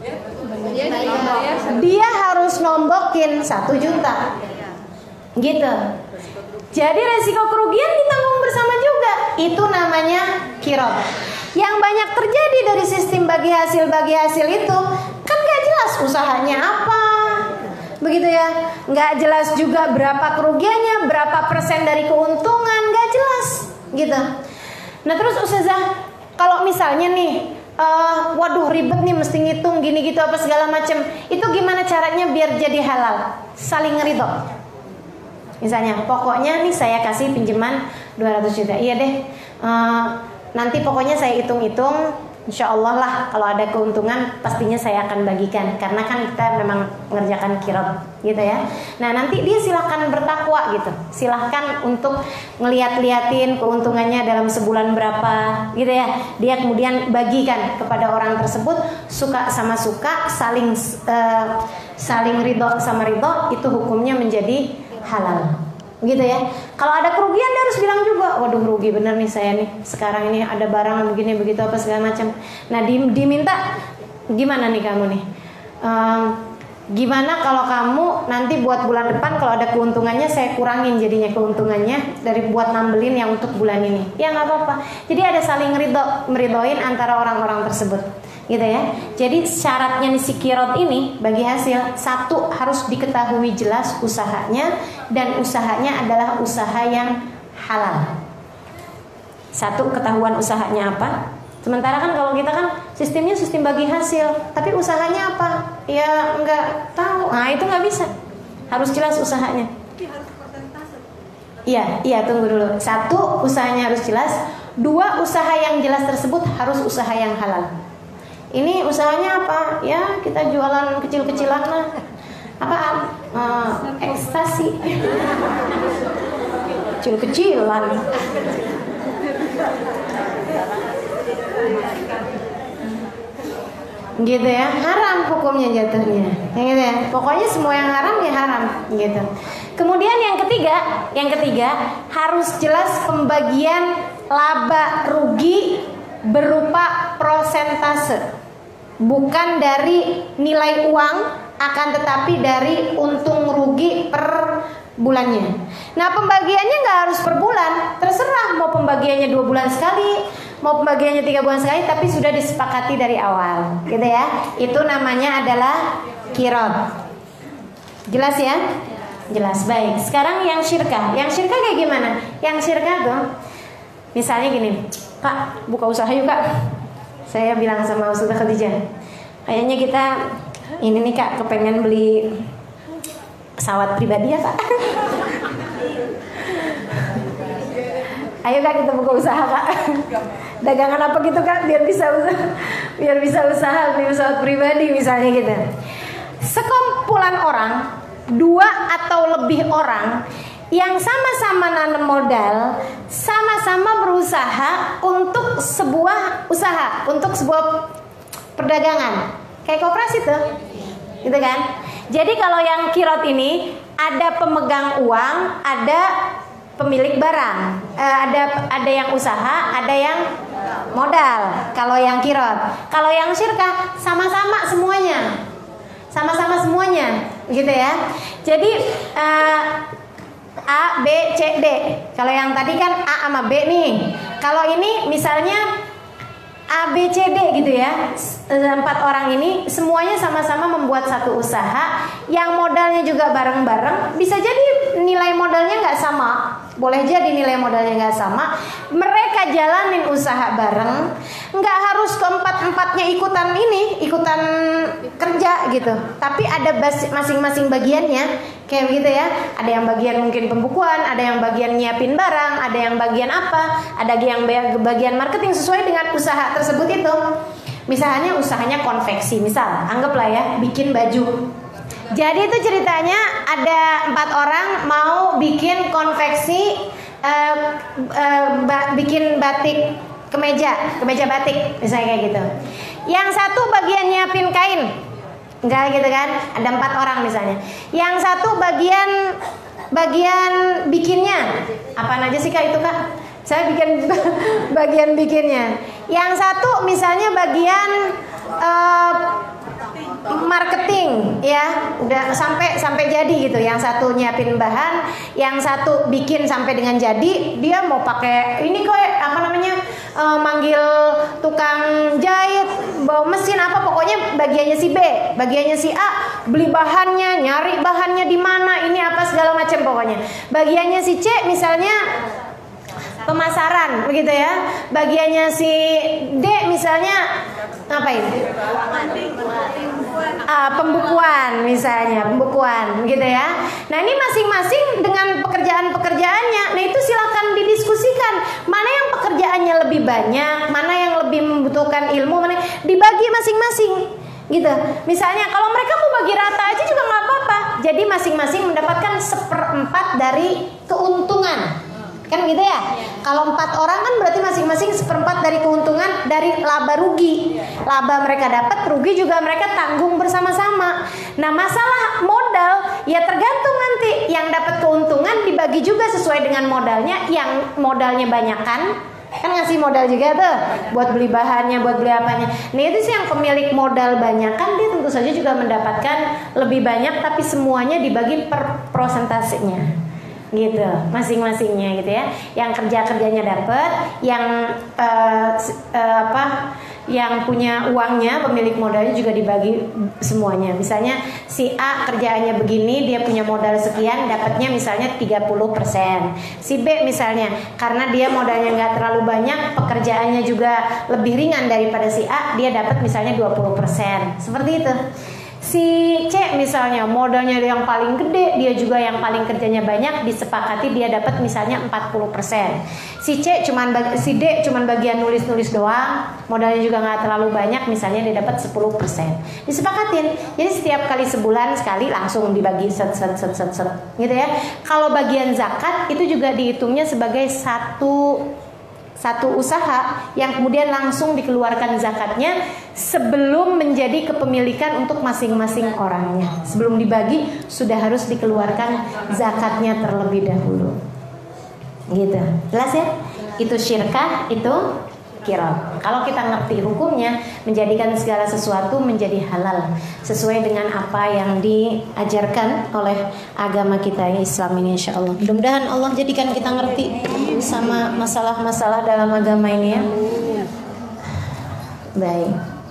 Dia harus nombokin satu juta. Gitu. Jadi resiko kerugian ditanggung bersama juga. Itu namanya kirot. Yang banyak terjadi dari sistem bagi hasil bagi hasil itu kan gak jelas usahanya apa, begitu ya. Gak jelas juga berapa kerugiannya, berapa persen dari keuntungan, gak jelas gitu. Nah terus Ustazah, kalau misalnya nih Uh, waduh ribet nih mesti ngitung gini gitu apa segala macam, itu gimana caranya biar jadi halal? Saling ngeridho. Misalnya pokoknya nih saya kasih pinjaman dua ratus juta, iya deh, uh, nanti pokoknya saya hitung-hitung, insya Allah lah kalau ada keuntungan pastinya saya akan bagikan, karena kan kita memang mengerjakan kirot gitu ya. Nah nanti dia silahkan bertakwa gitu, silahkan untuk ngeliat-liatin keuntungannya dalam sebulan berapa gitu ya. Dia kemudian bagikan kepada orang tersebut, suka sama suka, saling uh, saling ridho sama ridho, itu hukumnya menjadi halal. Gitu ya. Kalau ada kerugian dia harus bilang juga, waduh rugi bener nih saya nih, sekarang ini ada barang begini begitu apa segala macam. Nah di, diminta gimana nih kamu nih, um, gimana kalau kamu nanti buat bulan depan kalau ada keuntungannya saya kurangin jadinya keuntungannya dari buat nambelin yang untuk bulan ini. Ya nggak apa-apa. Jadi ada saling ridho, meridoin antara orang-orang tersebut. Gitu ya. Jadi syaratnya nih si kirot ini bagi hasil, satu harus diketahui jelas usahanya, dan usahanya adalah usaha yang halal. Satu, ketahuan usahanya apa. Sementara kan kalau kita kan sistemnya sistem bagi hasil, tapi usahanya apa? Ya nggak tahu. Nah itu nggak bisa. Harus jelas usahanya. Iya, iya tunggu dulu. Satu, usahanya harus jelas. Dua, usaha yang jelas tersebut harus usaha yang halal. Ini usahanya apa? Ya kita jualan kecil-kecilan lah. Apa? Uh, ekstasi. Kecil-kecilan. Gitu ya, haram hukumnya jatuhnya. Gitu ya. Pokoknya semua yang haram ya haram. Gitu. Kemudian yang ketiga, yang ketiga harus jelas pembagian laba rugi berupa prosentase, bukan dari nilai uang, akan tetapi dari untung rugi per bulannya. Nah pembagiannya nggak harus per bulan, terserah mau pembagiannya dua bulan sekali, mau pembagiannya tiga bulan sekali, tapi sudah disepakati dari awal, gitu ya. Itu namanya adalah kirot. Jelas ya? Jelas. Baik. Sekarang yang syirkah, yang syirkah kayak gimana? Yang syirkah tuh, misalnya gini, Kak, buka usaha yuk Kak. Saya bilang sama Ustazah Khadijah, kayaknya kita ini nih Kak, kepengen beli pesawat pribadi ya Kak. Ayo Kak kita buka usaha Kak. Dagangan apa gitu Kak, biar bisa usaha, biar bisa usaha beli pesawat pribadi misalnya gitu. Sekumpulan orang, dua atau lebih orang yang sama-sama nanam modal, sama-sama berusaha untuk sebuah usaha, untuk sebuah perdagangan, kayak koperasi tuh, gitu kan? Jadi kalau yang kirot ini ada pemegang uang, ada pemilik barang, eh, ada ada yang usaha, ada yang modal. Kalau yang kirot, kalau yang syirkah sama-sama semuanya, sama-sama semuanya, gitu ya. Jadi eh, A, B, C, D. Kalau yang tadi kan A sama B nih. Kalau ini misalnya A, B, C, D gitu ya. Empat orang ini semuanya sama-sama membuat satu usaha yang modalnya juga bareng-bareng. Bisa jadi nilai modalnya nggak sama. Boleh jadi nilai modalnya nggak sama. Mereka jalanin usaha bareng. Nggak harus keempat-empatnya ikutan ini, ikutan kerja gitu. Tapi ada masing-masing bagiannya. Kayak begitu ya. Ada yang bagian mungkin pembukuan, ada yang bagian nyiapin barang, ada yang bagian apa, ada yang bagian marketing sesuai dengan usaha tersebut itu. Misalnya usahanya konveksi, misal anggaplah ya bikin baju. Jadi itu ceritanya ada empat orang mau bikin konveksi, uh, uh, ba- bikin batik kemeja, kemeja batik misalnya kayak gitu. Yang satu bagian nyiapin kain, enggak gitu kan? Ada empat orang misalnya. Yang satu bagian bagian bikinnya, apaan aja sih kak itu kak? Saya bikin bagian bikinnya. Yang satu misalnya bagian uh, marketing ya, udah sampai sampai jadi gitu. Yang satu nyiapin bahan, yang satu bikin sampai dengan jadi. Dia mau pakai ini kok apa namanya? Uh, manggil tukang jahit, bawa mesin apa, pokoknya bagiannya si B, bagiannya si A, beli bahannya, nyari bahannya di mana, ini apa segala macam pokoknya. Bagiannya si C misalnya pemasaran begitu ya. Bagiannya si D misalnya ngapain? Ah, pembukuan misalnya, pembukuan gitu ya. Nah, ini masing-masing dengan pekerjaan-pekerjaannya. Nah, itu silakan didiskusikan. Mana yang pekerjaannya lebih banyak, mana yang lebih membutuhkan ilmu, mana dibagi masing-masing. Gitu. Misalnya kalau mereka mau bagi rata aja juga nggak apa-apa. Jadi masing-masing mendapatkan seperempat dari keuntungan. Kan gitu ya. Kalau empat orang kan berarti masing-masing seperempat dari keuntungan dari laba rugi. Laba mereka dapat, rugi juga mereka tanggung bersama-sama. Nah, masalah modal ya tergantung nanti. Yang dapat keuntungan dibagi juga sesuai dengan modalnya. Yang modalnya banyak kan kan ngasih modal juga tuh buat beli bahannya, buat beli apanya. Nah, itu sih yang pemilik modal banyak kan dia tentu saja juga mendapatkan lebih banyak, tapi semuanya dibagi per prosentasenya. Gitu, masing-masingnya gitu ya. Yang kerja-kerjanya dapat, yang uh, uh, apa, yang punya uangnya, pemilik modalnya juga dibagi semuanya. Misalnya si A kerjaannya begini, dia punya modal sekian, dapatnya misalnya tiga puluh persen. Si B misalnya, karena dia modalnya nggak terlalu banyak, pekerjaannya juga lebih ringan daripada si A, dia dapat misalnya dua puluh persen. Seperti itu. Si C misalnya modalnya yang paling gede, dia juga yang paling kerjanya banyak, disepakati dia dapat misalnya empat puluh persen. Si C cuman bagi, si D cuman bagian nulis-nulis doang, modalnya juga nggak terlalu banyak, misalnya dia dapat sepuluh persen. Disepakatin. Jadi setiap kali sebulan sekali langsung dibagi set set set set set gitu ya. Kalau bagian zakat itu juga dihitungnya sebagai satu satu usaha yang kemudian langsung dikeluarkan zakatnya sebelum menjadi kepemilikan untuk masing-masing orangnya. Sebelum dibagi sudah harus dikeluarkan zakatnya terlebih dahulu. Gitu. Jelas ya? Itu syirkah, itu kirot. Kalau kita ngerti hukumnya, menjadikan segala sesuatu menjadi halal sesuai dengan apa yang diajarkan oleh agama kita Islam ini, insya Allah. Mudah-mudahan Allah jadikan kita ngerti sama masalah-masalah dalam agama ini ya. Baik.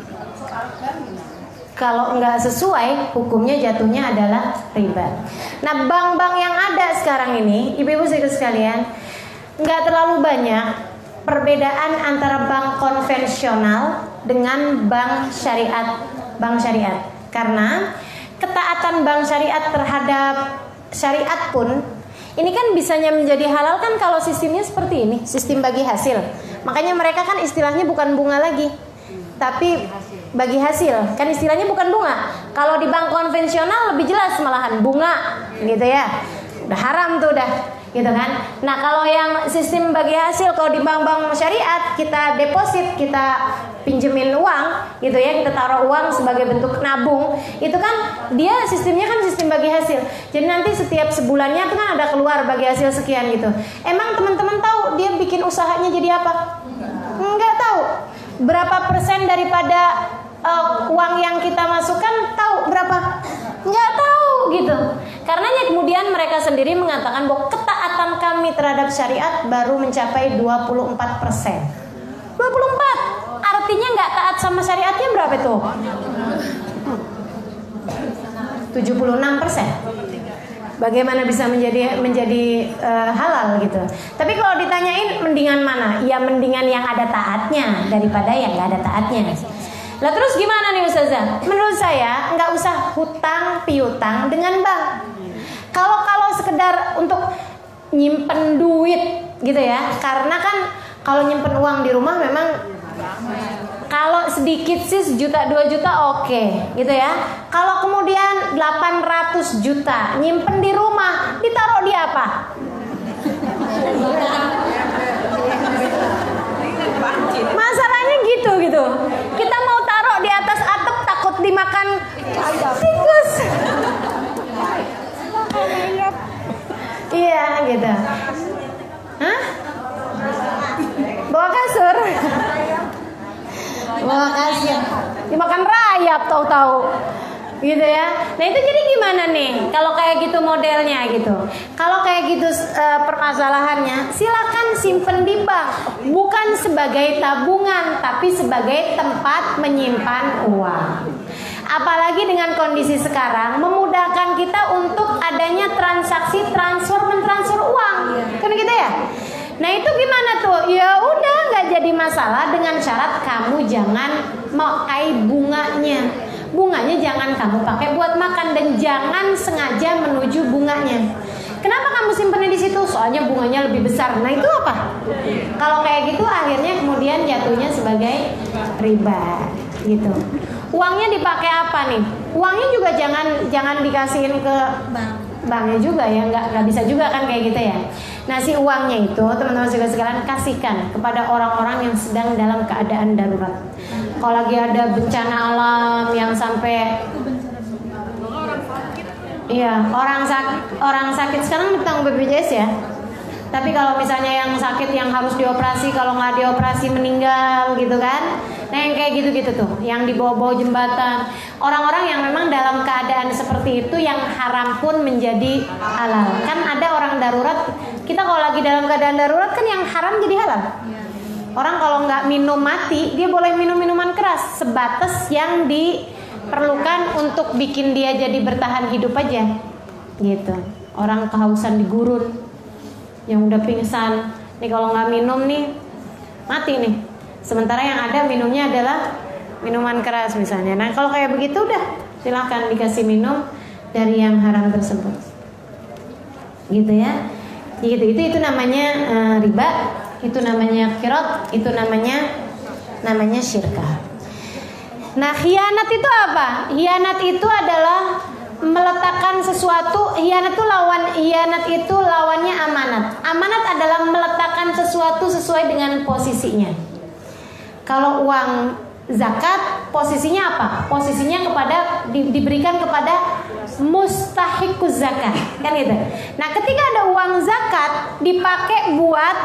Kalau nggak sesuai, hukumnya jatuhnya adalah riba. Nah, bank-bank yang ada sekarang ini, ibu-ibu sekalian, nggak terlalu banyak perbedaan antara bank konvensional dengan bank syariat, bank syariat. Karena ketaatan bank syariat terhadap syariat pun ini kan bisanya menjadi halal kan kalau sistemnya seperti ini, sistem bagi hasil. Makanya mereka kan istilahnya bukan bunga lagi, tapi bagi hasil. Kan istilahnya bukan bunga. Kalau di bank konvensional lebih jelas malahan bunga, gitu ya. Udah haram tuh udah. gitu kan. Nah kalau yang sistem bagi hasil, kalau di bank-bank syariat kita deposit, kita pinjemin uang gitu ya, kita taruh uang sebagai bentuk nabung, itu kan dia sistemnya kan sistem bagi hasil. Jadi nanti setiap sebulannya itu kan ada keluar bagi hasil sekian gitu. Emang teman-teman tahu dia bikin usahanya jadi apa? Enggak tahu. Berapa persen daripada uh, uang yang kita masukkan tahu berapa? Enggak tahu gitu. Karenanya kemudian mereka sendiri mengatakan bahwa ketaatan kami terhadap syariat baru mencapai dua puluh empat persen. dua puluh empat. Artinya nggak taat sama syariatnya berapa tuh? tujuh puluh enam persen. Bagaimana bisa menjadi menjadi uh, halal gitu. Tapi kalau ditanyain mendingan mana? Ya mendingan yang ada taatnya daripada yang nggak ada taatnya. Lah terus gimana nih Ustazah? Menurut saya nggak usah hutang piutang dengan bank. Kalau kalau sekedar untuk nyimpen duit gitu ya, karena kan kalau nyimpen uang di rumah memang kalau sedikit sih sejuta dua juta oke okay, gitu ya. Kalau kemudian delapan ratus juta nyimpen di rumah, ditaruh di apa? Masalahnya gitu gitu. Kita mau taruh di atas atap takut dimakan tikus. Iya gitu. Hah? Bawa kasur. Bawa kasur. Dimakan rayap tahu-tahu. Gitu ya. Nah itu jadi gimana nih kalau kayak gitu modelnya gitu. Kalau kayak gitu e, permasalahannya, silakan simpen di bank, bukan sebagai tabungan tapi sebagai tempat menyimpan uang. Apalagi dengan kondisi sekarang memudahkan kita untuk adanya transaksi transfer mentransfer uang, kan gitu ya. Nah itu gimana tuh? Ya udah nggak jadi masalah dengan syarat kamu jangan pakai bunganya. Bunganya jangan kamu pakai buat makan dan jangan sengaja menuju bunganya. Kenapa kamu simpennya di situ? Soalnya bunganya lebih besar. Nah itu apa? Kalau kayak gitu akhirnya kemudian jatuhnya sebagai riba, gitu. Uangnya dipakai apa nih? Uangnya juga jangan jangan dikasihin ke banknya juga ya, nggak nggak bisa juga kan kayak gitu ya. Nah si uangnya itu teman-teman juga sekalian kasihkan kepada orang-orang yang sedang dalam keadaan darurat. Kalau lagi ada bencana alam yang sampai iya orang sakit orang sakit sekarang ditanggung B P J S ya. Tapi kalau misalnya yang sakit yang harus dioperasi, kalau nggak dioperasi meninggal gitu kan. Nah yang kayak gitu-gitu tuh, yang dibawa-bawa jembatan, orang-orang yang memang dalam keadaan seperti itu yang haram pun menjadi halal. Kan ada orang darurat, kita kalau lagi dalam keadaan darurat kan yang haram jadi halal. Orang kalau nggak minum mati, dia boleh minum minuman keras sebatas yang diperlukan untuk bikin dia jadi bertahan hidup aja, gitu. Orang kehausan di gurun, yang udah pingsan, nih kalau nggak minum nih mati nih. Sementara yang ada minumnya adalah minuman keras misalnya. Nah kalau kayak begitu udah silahkan dikasih minum dari yang haram tersebut, gitu ya. Gitu itu itu namanya uh, riba, itu namanya qirat, itu namanya namanya syirkah. Nah khianat itu apa? Khianat itu adalah meletakkan sesuatu. Khianat itu lawan khianat itu lawannya amanat. Amanat adalah meletakkan sesuatu sesuai dengan posisinya. Kalau uang zakat posisinya apa? Posisinya kepada di, diberikan kepada mustahiquz zakat, kan gitu. Nah, ketika ada uang zakat dipakai buat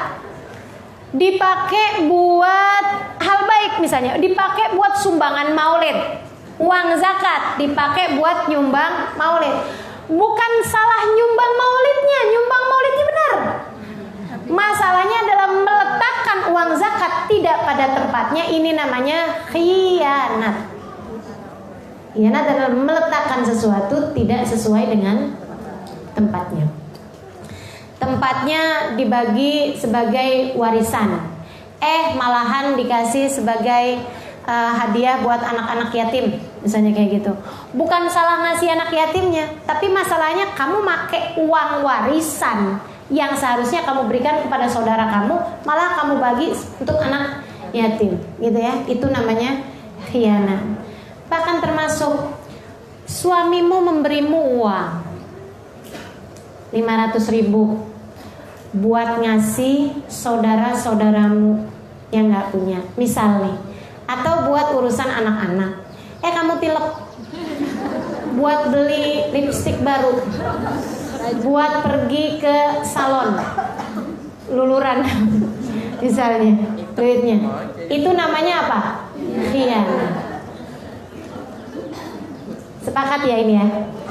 dipakai buat hal baik misalnya, dipakai buat sumbangan maulid. Uang zakat dipakai buat nyumbang maulid. Bukan salah nyumbang maulidnya, nyumbang maulidnya benar. Masalahnya adalah meletakkan uang zakat tidak pada tempatnya. Ini namanya khianat. Khianat adalah meletakkan sesuatu tidak sesuai dengan tempatnya. Tempatnya dibagi sebagai warisan, eh malahan dikasih sebagai uh, hadiah buat anak-anak yatim, misalnya kayak gitu. Bukan salah ngasih anak yatimnya, tapi masalahnya kamu make uang warisan yang seharusnya kamu berikan kepada saudara kamu, malah kamu bagi untuk anak yatim, gitu ya. Itu namanya khianat. Bahkan termasuk suamimu memberimu uang lima ratus ribu, buat ngasih saudara-saudaramu yang nggak punya, misal nih, atau buat urusan anak-anak. Eh kamu tilep, buat beli lipstik baru, buat pergi ke salon, luluran, misalnya duitnya, itu namanya apa? Khianat. Sepakat ya ini ya.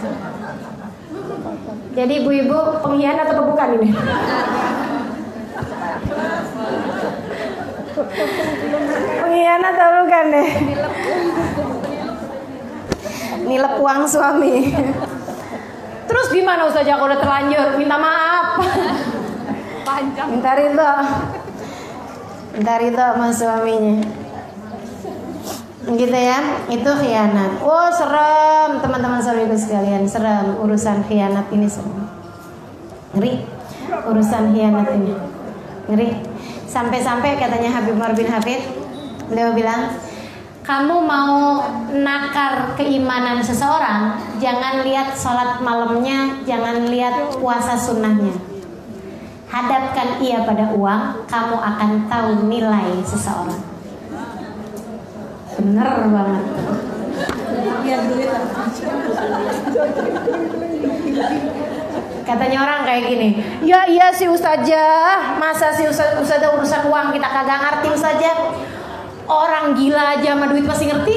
Jadi ibu-ibu pengkhianat atau bukan ini? Pengkhianat atau bukan deh? Nilep uang suami. Terus gimana Ustazah kalau udah terlanjur? Minta maaf. Minta ridho. Minta ridho sama suaminya. Gitu ya, itu khianat. Oh serem teman-teman saudaraku sekalian, serem urusan khianat ini semua. Ngeri urusan khianat ini, ngeri. Sampai-sampai katanya Habib Umar bin Hafid, beliau bilang, kamu mau nakar keimanan seseorang, jangan lihat sholat malamnya, jangan lihat puasa sunnahnya. Hadapkan ia pada uang, kamu akan tahu nilai seseorang. Bener banget. Katanya orang kayak gini, ya iya sih Ustazah, masa sih Ustazah urusan uang kita kagak ngerti Ustazah. Orang gila aja sama duit pasti ngerti.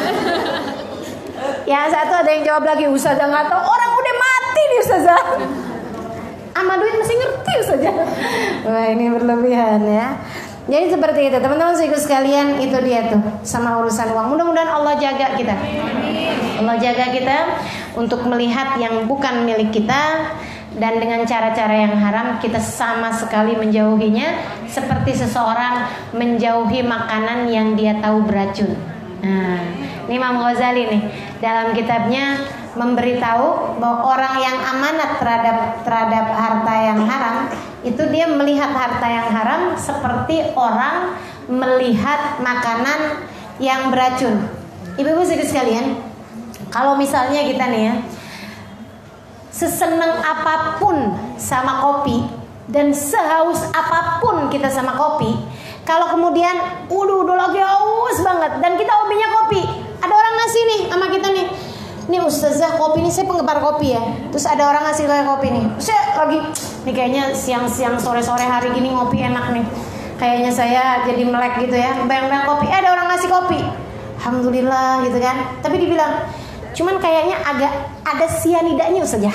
Yang satu ada yang jawab lagi, Ustazah nggak tahu, orang udah mati nih Ustazah. Sama duit masih ngerti Ustazah. Wah ini berlebihan ya. Jadi seperti itu teman-teman sekalian, itu dia tuh sama urusan uang. Mudah-mudahan Allah jaga kita. Allah jaga kita untuk melihat yang bukan milik kita, dan dengan cara-cara yang haram kita sama sekali menjauhinya, seperti seseorang menjauhi makanan yang dia tahu beracun. Nah, ini Imam Ghazali nih dalam kitabnya memberitahu bahwa orang yang amanat terhadap terhadap harta yang haram itu dia melihat harta yang haram seperti orang melihat makanan yang beracun. Ibu-ibu sekalian, kalau misalnya kita nih ya, seseneng apapun sama kopi dan sehaus apapun kita sama kopi, kalau kemudian udah udah lagi haus banget dan kita hobinya kopi, ada orang ngasih nih sama kita nih, nih Ustazah kopi nih, saya penggemar kopi ya, terus ada orang ngasih kayak kopi nih, saya lagi nih kayaknya siang-siang sore-sore hari gini ngopi enak nih, kayaknya saya jadi melek gitu ya, bayang-bayang kopi, eh, ada orang ngasih kopi, alhamdulillah gitu kan, tapi dibilang cuman kayaknya agak ada sianidanya Ustazah.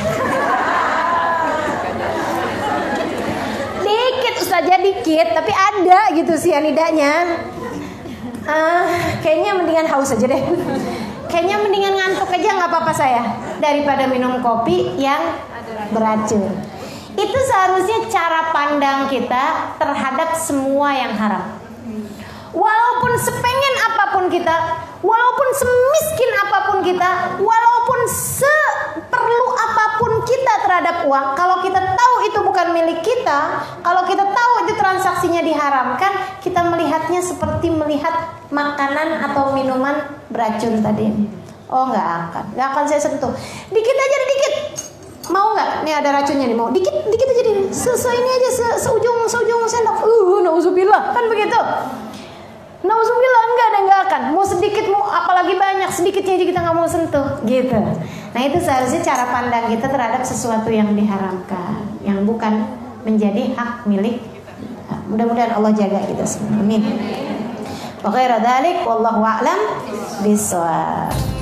Dikit Ustazah, dikit, tapi ada gitu sianidanya. Uh, kayaknya mendingan haus aja deh. Kayaknya mendingan ngantuk aja nggak apa-apa saya daripada minum kopi yang beracun. Itu seharusnya cara pandang kita terhadap semua yang haram. Walaupun sepengen apapun kita, walaupun semiskin apapun kita, walaupun seperlu apapun kita terhadap uang, kalau kita tahu itu bukan milik kita, kalau kita tahu itu transaksinya diharamkan, kita melihatnya seperti melihat makanan atau minuman beracun tadi. Oh nggak akan, nggak akan saya sentuh. Dikit aja, dikit. Mau nggak? Nih ada racunnya nih, mau dikit, dikit aja nih. Se, se ini aja, se, seujung, seujung sendok. Uh, nauzubillah, kan begitu. Nauzubillah, enggak ada, enggak akan. Mau sedikit, mau apalagi banyak, sedikitnya aja kita nggak mau sentuh, gitu. Nah itu seharusnya cara pandang kita terhadap sesuatu yang diharamkan, yang bukan menjadi hak milik. Mudah-mudahan Allah jaga kita semua. Amin. Wa khairu dzalik wallahu a'lam bishawab.